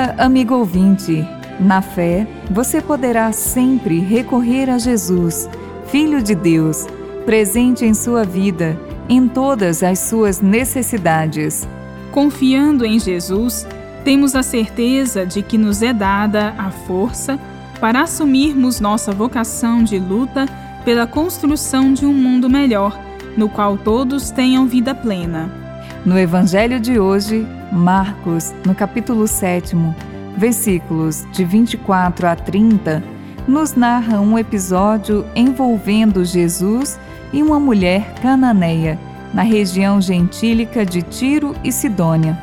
Amiga, amigo ouvinte, na fé, você poderá sempre recorrer a Jesus, Filho de Deus, presente em sua vida, em todas as suas necessidades. Confiando em Jesus, temos a certeza de que nos é dada a força para assumirmos nossa vocação de luta pela construção de um mundo melhor, no qual todos tenham vida plena. No Evangelho de hoje, Marcos, no capítulo 7, versículos de 24 a 30, nos narra um episódio envolvendo Jesus e uma mulher cananeia, na região gentílica de Tiro e Sidônia.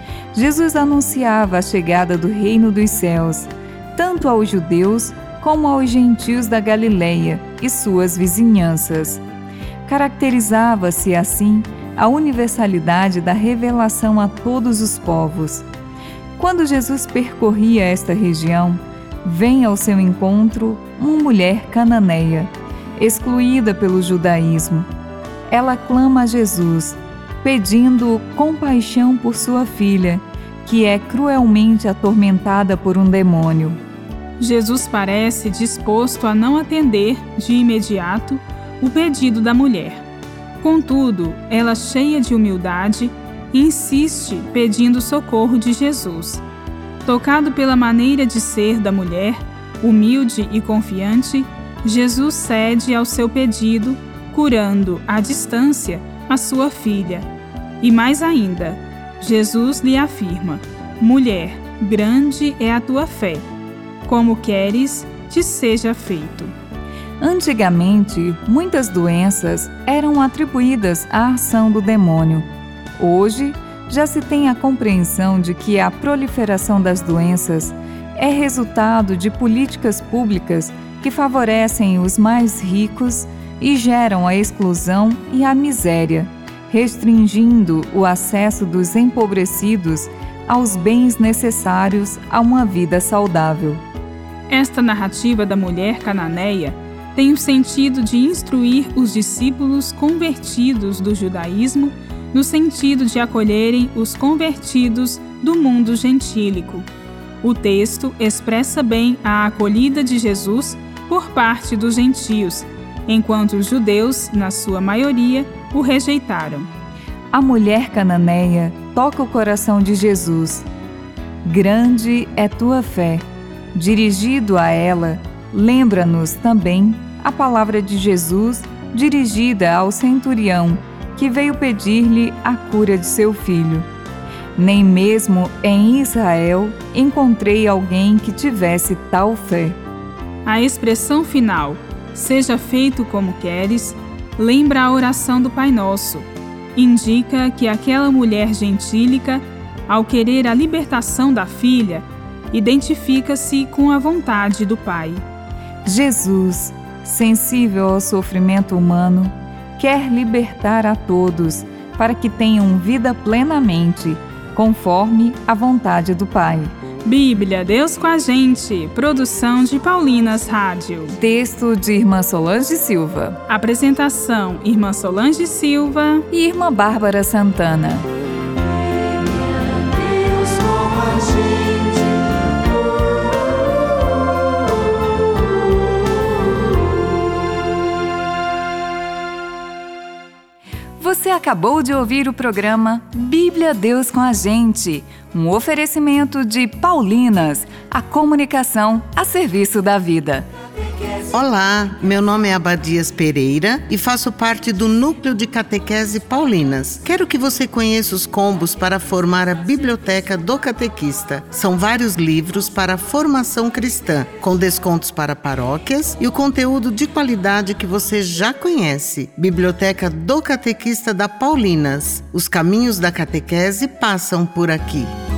Jesus anunciava a chegada do reino dos céus, tanto aos judeus como aos gentios da Galileia e suas vizinhanças. Caracterizava-se assim a universalidade da revelação a todos os povos. Quando Jesus percorria esta região, vem ao seu encontro uma mulher cananeia, excluída pelo judaísmo. Ela clama a Jesus, pedindo compaixão por sua filha, que é cruelmente atormentada por um demônio. Jesus parece disposto a não atender de imediato o pedido da mulher. Contudo, ela, cheia de humildade, insiste pedindo socorro de Jesus. Tocado pela maneira de ser da mulher, humilde e confiante, Jesus cede ao seu pedido, curando à distância a sua filha. E mais ainda, Jesus lhe afirma: mulher, grande é a tua fé. Como queres, te seja feito. Antigamente, muitas doenças eram atribuídas à ação do demônio. Hoje, já se tem a compreensão de que a proliferação das doenças é resultado de políticas públicas que favorecem os mais ricos e geram a exclusão e a miséria, restringindo o acesso dos empobrecidos aos bens necessários a uma vida saudável. Esta narrativa da mulher cananeia tem o sentido de instruir os discípulos convertidos do judaísmo no sentido de acolherem os convertidos do mundo gentílico. O texto expressa bem a acolhida de Jesus por parte dos gentios, enquanto os judeus, na sua maioria, o rejeitaram. A mulher cananeia toca o coração de Jesus. Grande é tua fé. Dirigido a ela, lembra-nos também a palavra de Jesus dirigida ao centurião, que veio pedir-lhe a cura de seu filho. Nem mesmo em Israel encontrei alguém que tivesse tal fé. A expressão final, seja feito como queres, lembra a oração do Pai Nosso. Indica que aquela mulher gentílica, ao querer a libertação da filha, identifica-se com a vontade do Pai. Jesus, sensível ao sofrimento humano, quer libertar a todos para que tenham vida plenamente, conforme a vontade do Pai. Bíblia, Deus com a gente. Produção de Paulinas Rádio. Texto de Irmã Solange Silva. Apresentação: Irmã Solange Silva e Irmã Bárbara Santana. Você acabou de ouvir o programa Bíblia Deus com a Gente, um oferecimento de Paulinas, a comunicação a serviço da vida. Olá, meu nome é Abadias Pereira e faço parte do Núcleo de Catequese Paulinas. Quero que você conheça os combos para formar a Biblioteca do Catequista. São vários livros para a formação cristã, com descontos para paróquias e o conteúdo de qualidade que você já conhece. Biblioteca do Catequista da Paulinas. Os caminhos da catequese passam por aqui.